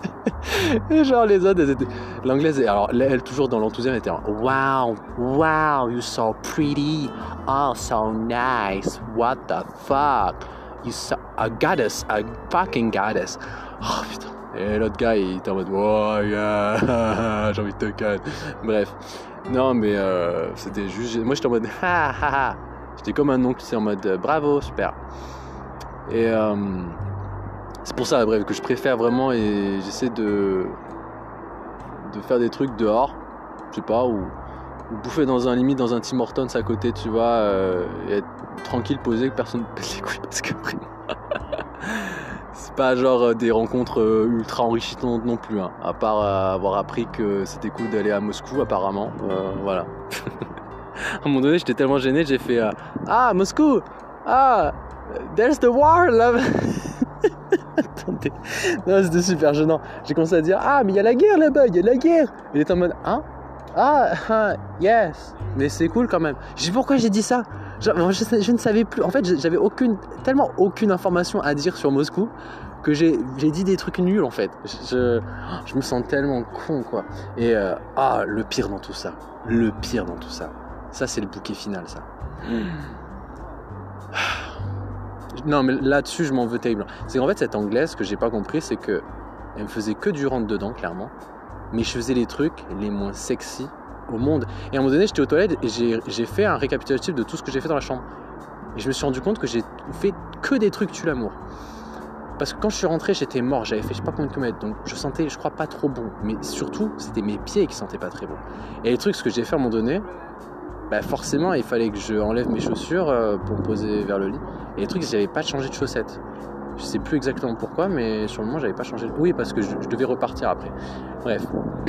Et genre les autres, elles étaient... l'anglaise, alors elle toujours dans l'enthousiasme, elle était en wow, wow, you're so pretty, oh so nice, what the fuck, you so a goddess, a fucking goddess. Oh putain. Et l'autre gars il était en mode oh yeah, j'ai envie de te calmer. Bref, non mais euh, c'était juste, moi j'étais en mode ha ha ha, j'étais comme un oncle, c'est en mode bravo, super. Et euh, c'est pour ça, bref, que je préfère vraiment et j'essaie de de faire des trucs dehors, je sais pas, ou, ou bouffer dans un limite dans un Tim Hortons à côté, tu vois, euh, et être tranquille, posé, que personne ne pète les couilles parce que vraiment, c'est pas genre des rencontres ultra enrichissantes non plus, hein, à part euh, avoir appris que c'était cool d'aller à Moscou apparemment, euh, voilà. À un moment donné, j'étais tellement gêné, j'ai fait euh, ah Moscou, ah there's the war là. Attendez, non, c'était super gênant. J'ai commencé à dire ah mais il y a la guerre là-bas, il y a la guerre. Il était en mode hein ah, ah yes, mais c'est cool quand même. Je dis pourquoi j'ai dit ça. Genre, je, je ne savais plus. En fait, j'avais aucune, tellement aucune information à dire sur Moscou que j'ai, j'ai dit des trucs nuls en fait. Je, je me sens tellement con quoi. Et euh, ah le pire dans tout ça, le pire dans tout ça. Ça c'est le bouquet final ça. Non mais là-dessus je m'en veux terrible. C'est qu'en fait cette anglaise, ce que j'ai pas compris, c'est que elle me faisait que du rentre dedans clairement, mais je faisais les trucs les moins sexy au monde. Et à un moment donné j'étais aux toilettes et j'ai, j'ai fait un récapitulatif de tout ce que j'ai fait dans la chambre. Et je me suis rendu compte que j'ai fait que des trucs tue l'amour. Parce que quand je suis rentré j'étais mort, j'avais fait je sais pas combien de kilomètres, donc je sentais je crois pas trop bon. Mais surtout c'était mes pieds qui sentaient pas très bon. Et les trucs, ce que j'ai fait à un moment donné, bah forcément il fallait que je enlève mes chaussures euh, pour me poser vers le lit. Et les trucs, j'avais pas changé de chaussettes. Je sais plus exactement pourquoi, mais sur le moment j'avais pas changé de... Oui, parce que je, je devais repartir après. Bref.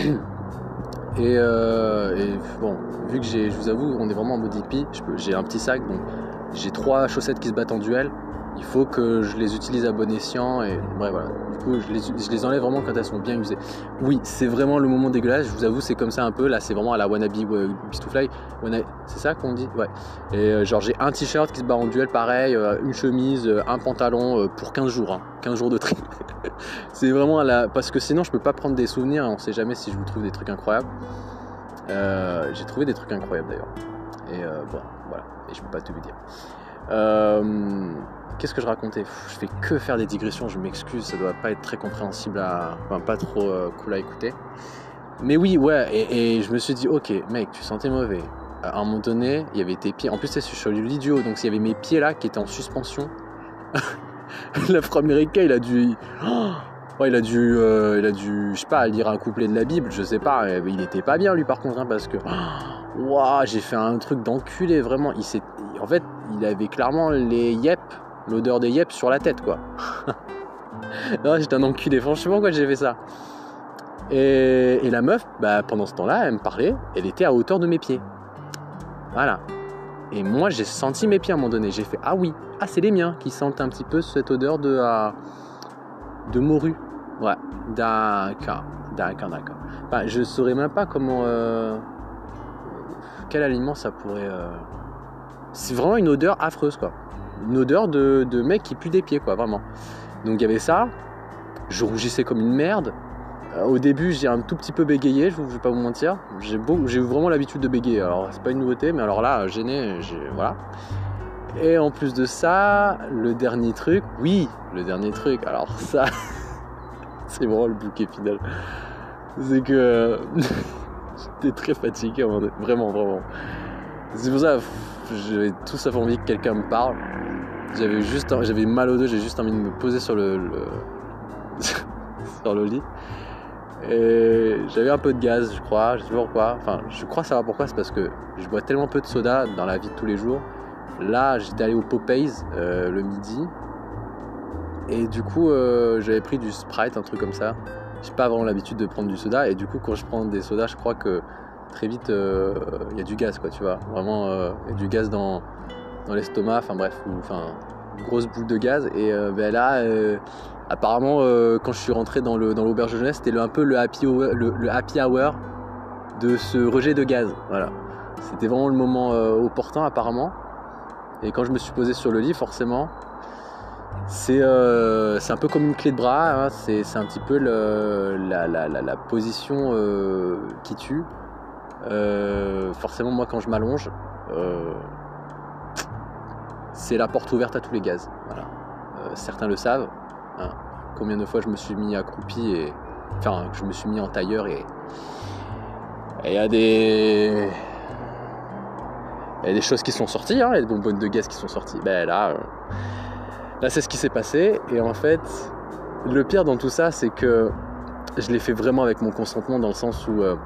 Et, euh, et bon, vu que j'ai, je vous avoue, on est vraiment en mode hippie, je peux, j'ai un petit sac, donc j'ai trois chaussettes qui se battent en duel. Il faut que je les utilise à bon escient et bref voilà. Du coup je les, je les enlève vraiment quand elles sont bien usées. Oui, c'est vraiment le moment dégueulasse, je vous avoue c'est comme ça un peu. Là c'est vraiment à la wannabe euh, Beast to Fly. Wanna... C'est ça qu'on dit? Ouais. Et euh, genre j'ai un t-shirt qui se bat en duel pareil, euh, une chemise, euh, un pantalon euh, pour quinze jours, hein. quinze jours de tri. C'est vraiment à la... Parce que sinon je peux pas prendre des souvenirs, on sait jamais si je vous trouve des trucs incroyables. Euh, j'ai trouvé des trucs incroyables d'ailleurs. Et euh, bon, voilà, et je peux pas tout vous dire. Euh... Qu'est-ce que je racontais? Je fais que faire des digressions, je m'excuse, ça doit pas être très compréhensible à... Enfin, pas trop euh, cool à écouter. Mais oui, ouais, et, et je me suis dit, ok, mec, tu sentais mauvais. À un moment donné, il y avait tes pieds. En plus, c'est sur le lit du haut, donc il y avait mes pieds là qui étaient en suspension. L'Afro-américain, il a dû... Oh ouais, il a dû, euh, il a dû, je sais pas, lire un couplet de la Bible, je sais pas. Il était pas bien, lui, par contre, hein, parce que... Waouh, j'ai fait un truc d'enculé, vraiment. Il s'est... En fait, il avait clairement les yep. L'odeur des yep sur la tête quoi. Non, j'étais un enculé, franchement quoi, j'ai fait ça. Et, et la meuf, bah, pendant ce temps-là, elle me parlait, elle était à hauteur de mes pieds. Voilà. Et moi j'ai senti mes pieds à un moment donné, j'ai fait ah oui, ah c'est les miens qui sentent un petit peu cette odeur de, uh, de morue. Ouais, d'accord, d'accord, d'accord. Enfin, je saurais même pas comment... Euh, quel aliment ça pourrait... Euh... C'est vraiment une odeur affreuse quoi. Une odeur de, de mec qui pue des pieds quoi, vraiment. Donc il y avait ça, je rougissais comme une merde, Euh, au début, j'ai un tout petit peu bégayé, je ne vais pas vous mentir. J'ai beau, j'ai vraiment l'habitude de bégayer. Alors, c'est pas une nouveauté, mais alors là, gêné, j'ai, voilà. Et en plus de ça, le dernier truc, oui, le dernier truc, alors ça, c'est vraiment le bouquet final. C'est que j'étais très fatigué, vraiment, vraiment. C'est pour ça que j'avais tout sauf envie que quelqu'un me parle. J'avais juste, j'avais mal au dos, j'ai juste envie de me poser sur le, le sur le lit. Et j'avais un peu de gaz, je crois, je sais pas pourquoi. Enfin, je crois savoir pourquoi, c'est parce que je bois tellement peu de soda dans la vie de tous les jours. Là, j'étais allé au Popeyes euh, le midi. Et du coup, euh, j'avais pris du Sprite, un truc comme ça. J'ai pas vraiment l'habitude de prendre du soda. Et du coup, quand je prends des sodas, je crois que très vite, il euh, y a du gaz, quoi, tu vois. Vraiment, il euh, y a du gaz dans, dans l'estomac. Enfin bref, ou, enfin, une grosse boule de gaz. Et euh, ben là... Euh, Apparemment, euh, quand je suis rentré dans, le, dans l'auberge de jeunesse, c'était le, un peu le happy, hour, le, le happy hour de ce rejet de gaz. Voilà. C'était vraiment le moment euh, opportun, apparemment. Et quand je me suis posé sur le lit, forcément, c'est, euh, c'est un peu comme une clé de bras. Hein, c'est, c'est un petit peu le, la, la, la, la position euh, qui tue. Euh, forcément, moi, quand je m'allonge, euh, c'est la porte ouverte à tous les gaz. Voilà. Euh, certains le savent. Hein, combien de fois je me suis mis accroupi et enfin je me suis mis en tailleur et il y a des il y a des choses qui sont sorties, il y a des bonbonnes de gaz qui sont sorties. Ben là, euh... là c'est ce qui s'est passé et en fait le pire dans tout ça c'est que je l'ai fait vraiment avec mon consentement dans le sens où euh...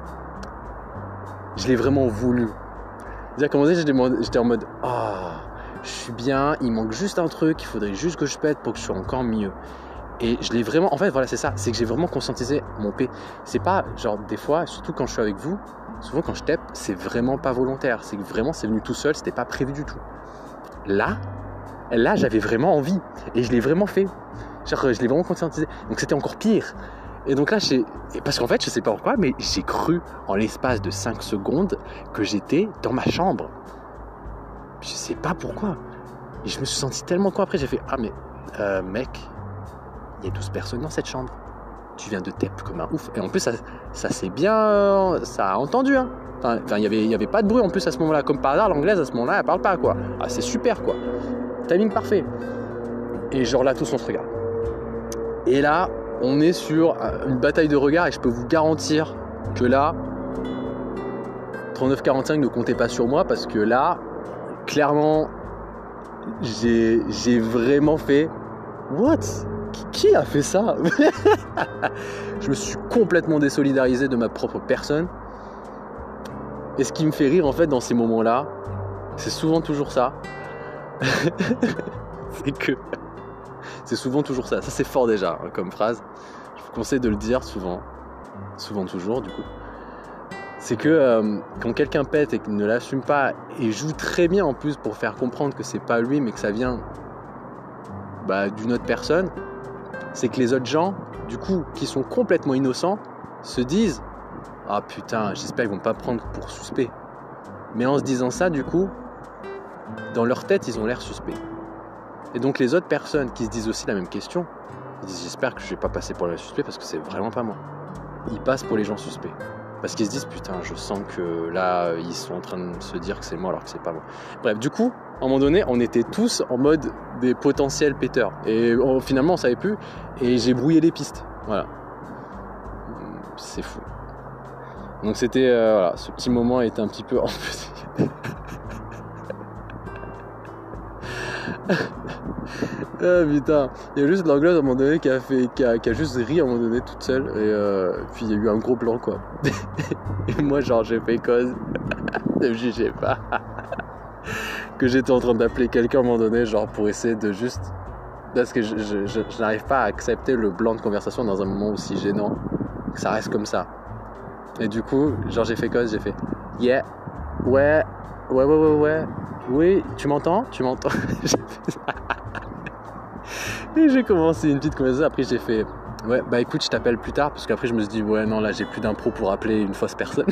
je l'ai vraiment voulu. C'est-à-dire qu'à un moment donné j'étais en mode ah oh, je suis bien, il manque juste un truc, il faudrait juste que je pète pour que je sois encore mieux. Et je l'ai vraiment, en fait voilà c'est ça, c'est que j'ai vraiment conscientisé mon P. C'est pas genre des fois, surtout quand je suis avec vous, souvent quand je tape, c'est vraiment pas volontaire, c'est que vraiment c'est venu tout seul, c'était pas prévu du tout. Là, là j'avais vraiment envie et je l'ai vraiment fait. Genre je l'ai vraiment conscientisé, donc c'était encore pire. Et donc là, j'ai... parce qu'en fait je sais pas pourquoi, mais j'ai cru en l'espace de cinq secondes que j'étais dans ma chambre. Je sais pas pourquoi. Et je me suis senti tellement con après, j'ai fait ah mais euh, mec, il y a douze personnes dans cette chambre. Tu viens de tape comme un ouf. Et en plus ça, ça s'est bien, ça a entendu. Hein. Enfin, il y avait, il y avait pas de bruit en plus à ce moment-là. Comme par hasard, l'anglaise à ce moment-là, elle parle pas quoi. Ah c'est super quoi. Timing parfait. Et genre là tous on se regarde. Et là, on est sur une bataille de regards et je peux vous garantir que là, trente-neuf quarante-cinq ne comptez pas sur moi parce que là. Clairement, j'ai, j'ai vraiment fait what? Qui a fait ça? Je me suis complètement désolidarisé de ma propre personne. Et ce qui me fait rire en fait dans ces moments-là, c'est souvent toujours ça. C'est que c'est souvent toujours ça. Ça c'est fort déjà hein, comme phrase. Je vous conseille de le dire souvent, souvent toujours du coup. C'est que euh, quand quelqu'un pète et qu'il ne l'assume pas et joue très bien en plus pour faire comprendre que c'est pas lui mais que ça vient bah, d'une autre personne, c'est que les autres gens, du coup, qui sont complètement innocents, se disent « Ah putain, j'espère qu'ils vont pas prendre pour suspect. » Mais en se disant ça, du coup, dans leur tête, ils ont l'air suspects. Et donc les autres personnes qui se disent aussi la même question, ils disent « J'espère que je vais pas passer pour le suspect parce que c'est vraiment pas moi. » Ils passent pour les gens suspects. Parce qu'ils se disent putain je sens que là ils sont en train de se dire que c'est moi alors que c'est pas moi. Bref du coup à un moment donné on était tous en mode des potentiels péteurs et on, finalement on savait plus et j'ai brouillé les pistes. Voilà. C'est fou. Donc c'était euh, voilà, ce petit moment était un petit peu en plus. Ah putain, il y a juste l'anglaise à un moment donné qui a fait, qui a, qui a juste ri à un moment donné toute seule et euh, puis il y a eu un gros blanc quoi. Et moi genre j'ai fait cause, ne me jugez pas, que j'étais en train d'appeler quelqu'un à un moment donné genre pour essayer de juste, parce que je, je, je, je n'arrive pas à accepter le blanc de conversation dans un moment aussi gênant, que ça reste comme ça. Et du coup genre j'ai fait cause, j'ai fait yeah, ouais, ouais ouais ouais ouais, oui tu m'entends, tu m'entends. Et j'ai commencé une petite conversation, après j'ai fait ouais bah écoute je t'appelle plus tard parce qu'après je me suis dit ouais non là j'ai plus d'impro pour appeler une fausse personne.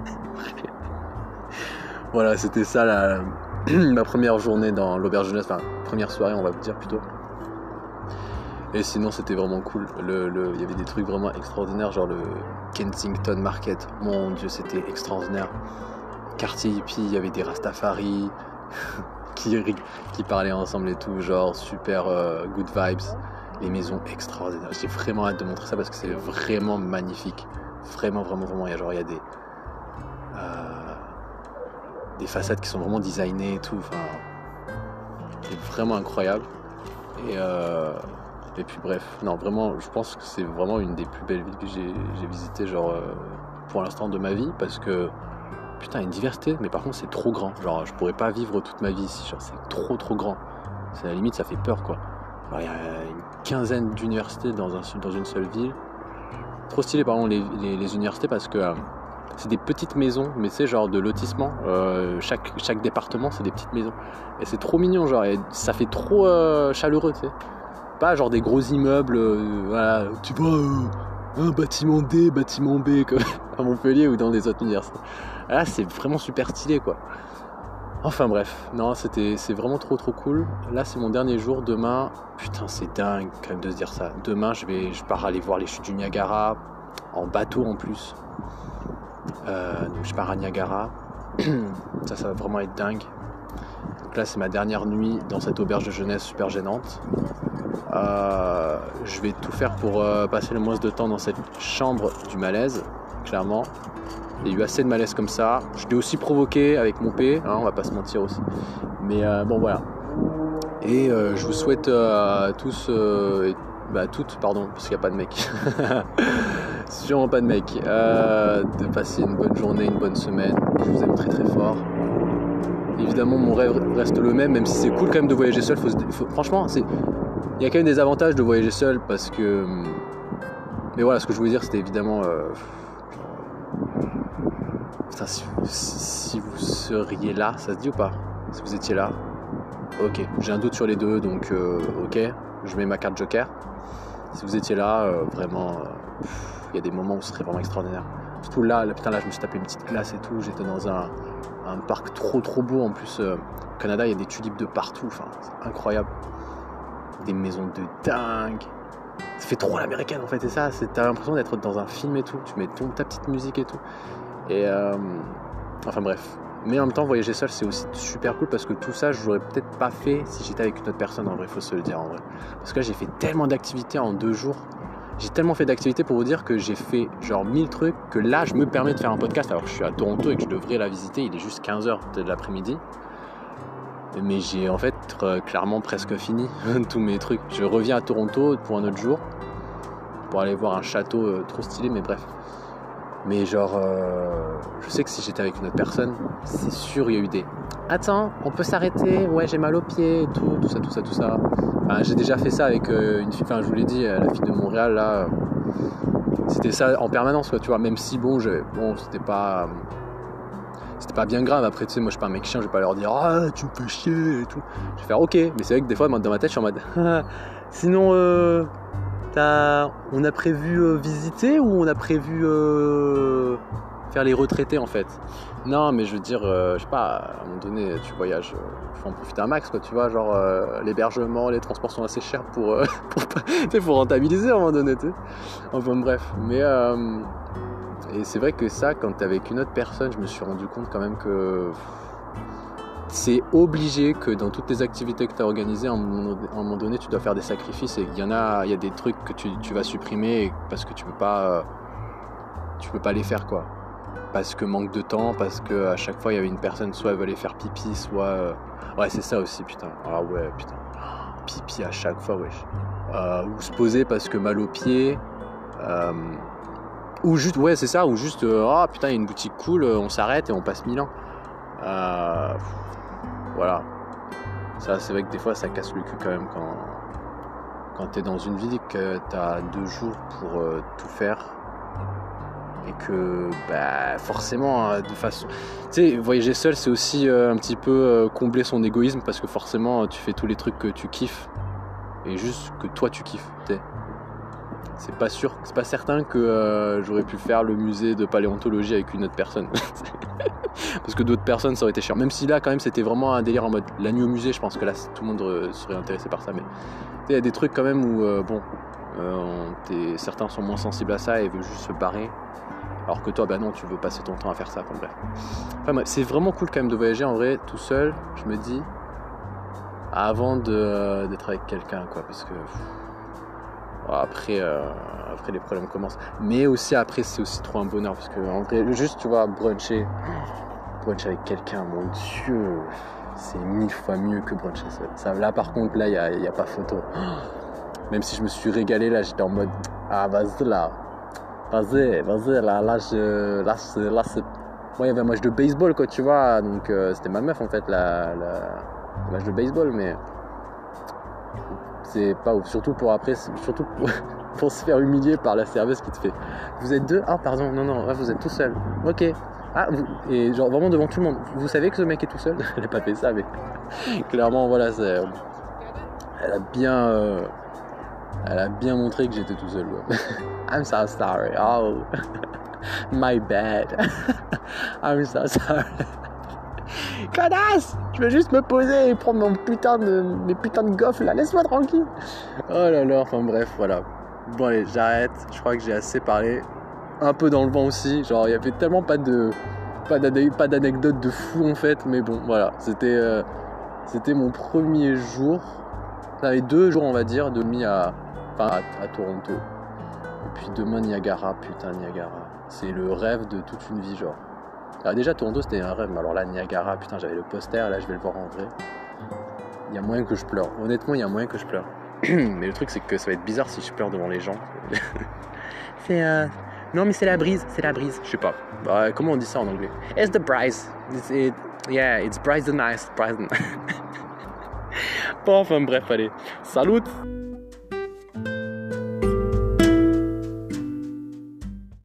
Voilà c'était ça la, ma première journée dans l'auberge jeunesse, enfin première soirée on va vous dire plutôt. Et sinon, c'était vraiment cool. Le, le, il y avait des trucs vraiment extraordinaires, genre le Kensington Market. Mon Dieu, c'était extraordinaire. Quartier hippie, il y avait des Rastafari qui, qui parlaient ensemble et tout, genre super euh, good vibes. Les maisons extraordinaires. J'ai vraiment hâte de montrer ça parce que c'est vraiment magnifique. Vraiment, vraiment, vraiment. Il y a, genre, il y a des, euh, des façades qui sont vraiment designées et tout. Enfin, c'est vraiment incroyable. Et, euh, et puis bref, non, vraiment, je pense que c'est vraiment une des plus belles villes que j'ai, j'ai visitées, genre, euh, pour l'instant de ma vie, parce que putain, il y a une diversité, mais par contre, c'est trop grand. Genre, je pourrais pas vivre toute ma vie ici. Genre, c'est trop, trop grand. C'est à la limite, ça fait peur, quoi. Alors, il y a une quinzaine d'universités dans, un, dans une seule ville. Trop stylé, par exemple, les, les, les universités, parce que euh, c'est des petites maisons, mais c'est genre de lotissement. Euh, chaque, chaque département, c'est des petites maisons. Et c'est trop mignon, genre, et ça fait trop euh, chaleureux, tu sais. Pas genre des gros immeubles, euh, voilà, tu vois, euh, un bâtiment D, bâtiment B, comme à Montpellier ou dans des autres universités. Là, c'est vraiment super stylé, quoi. Enfin bref, non, c'était, c'est vraiment trop trop cool. Là, c'est mon dernier jour. Demain, putain, c'est dingue quand même de se dire ça. Demain, je vais, je pars aller voir les chutes du Niagara, en bateau en plus. Euh, donc je pars à Niagara. Ça, ça va vraiment être dingue. Donc là, c'est ma dernière nuit dans cette auberge de jeunesse super gênante. Euh, je vais tout faire pour euh, passer le moins de temps dans cette chambre du malaise, clairement. Il y a eu assez de malaise comme ça. Je l'ai aussi provoqué avec mon P, hein, on va pas se mentir aussi. Mais euh, bon, voilà. Et euh, je vous souhaite euh, à tous, euh, et, bah toutes, pardon, parce qu'il n'y a pas de mec. Sûrement pas de mec. Euh, de passer une bonne journée, une bonne semaine. Je vous aime très très fort. Évidemment, mon rêve reste le même, même si c'est cool quand même de voyager seul. Faut se, faut, franchement, c'est, il y a quand même des avantages de voyager seul parce que. Mais voilà, ce que je voulais dire, c'était évidemment. Euh, Putain, si, si vous seriez là, ça se dit ou pas? Si vous étiez là, ok. J'ai un doute sur les deux, donc euh, ok. Je mets ma carte Joker. Si vous étiez là, euh, vraiment, il euh, y a des moments où ce serait vraiment extraordinaire. Surtout là, là, putain, là, je me suis tapé une petite glace et tout. J'étais dans un, un parc trop trop beau. En plus, euh, au Canada, il y a des tulipes de partout. Enfin, c'est incroyable. Des maisons de dingue. Ça fait trop à l'américaine en fait, c'est ça. C'est, t'as l'impression d'être dans un film et tout. Tu mets ton, ta petite musique et tout. Et euh, enfin bref. Mais en même temps, voyager seul, c'est aussi super cool parce que tout ça, je l'aurais peut-être pas fait si j'étais avec une autre personne. En vrai, faut se le dire en vrai. Parce que là, j'ai fait tellement d'activités en deux jours. J'ai tellement fait d'activités pour vous dire que j'ai fait genre mille trucs que là, je me permets de faire un podcast alors que je suis à Toronto et que je devrais la visiter. Il est juste quinze heures de l'après-midi. Mais j'ai en fait euh, clairement presque fini tous mes trucs. Je reviens à Toronto pour un autre jour pour aller voir un château euh, trop stylé, mais bref. Mais genre, euh, je sais que si j'étais avec une autre personne, c'est sûr il y a eu des « Attends, on peut s'arrêter, ouais j'ai mal aux pieds et tout, tout ça, tout ça, tout ça. » Enfin, j'ai déjà fait ça avec euh, une fille, enfin je vous l'ai dit, la fille de Montréal là, euh, c'était ça en permanence quoi, tu vois, même si bon, je, bon c'était pas... Euh, C'était pas bien grave, après tu sais, moi je suis pas un mec chiant, je vais pas leur dire ah tu me fais chier et tout. Je vais faire ok, mais c'est vrai que des fois dans ma tête je suis en mode sinon euh, t'as... on a prévu euh, visiter ou on a prévu euh, faire les retraités en fait. Non mais je veux dire, euh, je sais pas, à un moment donné tu voyages, euh, faut en profiter un max quoi, tu vois, genre euh, l'hébergement, les transports sont assez chers pour, euh, pour, pour rentabiliser à un moment donné, tu sais. Enfin bref, mais... Euh, Et c'est vrai que ça, quand t'es avec une autre personne, je me suis rendu compte quand même que c'est obligé que dans toutes tes activités que tu as organisées, à un moment donné, tu dois faire des sacrifices. Et il y en a, il y a des trucs que tu, tu vas supprimer parce que tu peux pas, tu peux pas les faire quoi. Parce que manque de temps, parce que à chaque fois il y avait une personne, soit elle veut aller faire pipi, soit ouais c'est ça aussi putain. Ah ouais putain, pipi à chaque fois wesh. Euh, ou se poser parce que mal aux pieds. Euh, Ou juste, ouais, c'est ça, ou juste, ah euh, oh, putain, il y a une boutique cool, on s'arrête et on passe mille ans. Euh, voilà. Ça, c'est vrai que des fois, ça casse le cul quand même quand, quand t'es dans une ville et que t'as deux jours pour euh, tout faire. Et que, bah, forcément, de façon. Tu sais, voyager seul, c'est aussi euh, un petit peu euh, combler son égoïsme parce que forcément, tu fais tous les trucs que tu kiffes et juste que toi, tu kiffes, t'sais. c'est pas sûr, c'est pas certain que euh, j'aurais pu faire le musée de paléontologie avec une autre personne. Parce que d'autres personnes, ça aurait été chiant. Même si là, quand même, c'était vraiment un délire en mode la nuit au musée, je pense que là, tout le monde euh, serait intéressé par ça. Mais il y a des trucs quand même où, euh, bon, euh, certains sont moins sensibles à ça et veulent juste se barrer. Alors que toi, bah non, tu veux passer ton temps à faire ça. Enfin, bref. Enfin, bref, c'est vraiment cool quand même de voyager en vrai, tout seul, je me dis, avant de, euh, d'être avec quelqu'un, quoi. Parce que pff, après, euh, après, les problèmes commencent. Mais aussi, après, c'est aussi trop un bonheur. Parce que en vrai, juste, tu vois, bruncher. Brunch avec quelqu'un, mon Dieu, c'est mille fois mieux que bruncher seul. Ça, là, par contre, là, il n'y a, a pas photo. Même si je me suis régalé, là, j'étais en mode, ah, vas-y, là. Vas-y, vas-y, là, là, je, là, c'est, là, c'est... Moi, il y avait un match de baseball, quoi, tu vois. Donc, euh, c'était ma meuf, en fait, la, la... le match de baseball, mais... C'est pas ouf. Surtout pour après, surtout pour, pour se faire humilier par la serveuse qui te fait, vous êtes deux? Ah, pardon, non, non, vous êtes tout seul. Ok. Ah, vous... et genre vraiment devant tout le monde. Vous savez que ce mec est tout seul? Elle a pas fait ça, mais clairement, voilà, c'est... elle a bien, euh... elle a bien montré que j'étais tout seul. Ouais. I'm so sorry. Oh, my bad. I'm so sorry. Connasse! Je veux juste me poser et prendre mon putain de, mes putains de gaufres là. Laisse-moi tranquille. Oh là là. Enfin bref, voilà. Bon allez, j'arrête. Je crois que j'ai assez parlé. Un peu dans le vent aussi, genre il y avait tellement pas de pas d'anecdote de fou en fait, mais bon voilà, c'était euh, c'était mon premier jour, j'avais deux jours on va dire, demi à enfin à, à Toronto, et puis demain Niagara, putain Niagara, c'est le rêve de toute une vie genre. Alors déjà Toronto c'était un rêve, mais alors là Niagara, putain j'avais le poster, là je vais le voir en vrai, il y a moyen que je pleure, honnêtement il y a moyen que je pleure, mais le truc c'est que ça va être bizarre si je pleure devant les gens. C'est euh... Non, mais c'est la brise, c'est la brise. Je sais pas. Bah, comment on dit ça en anglais? It's the breeze. It's, it, yeah, it's breeze the nice. Breeze the... Bon, enfin bref, allez. Salut!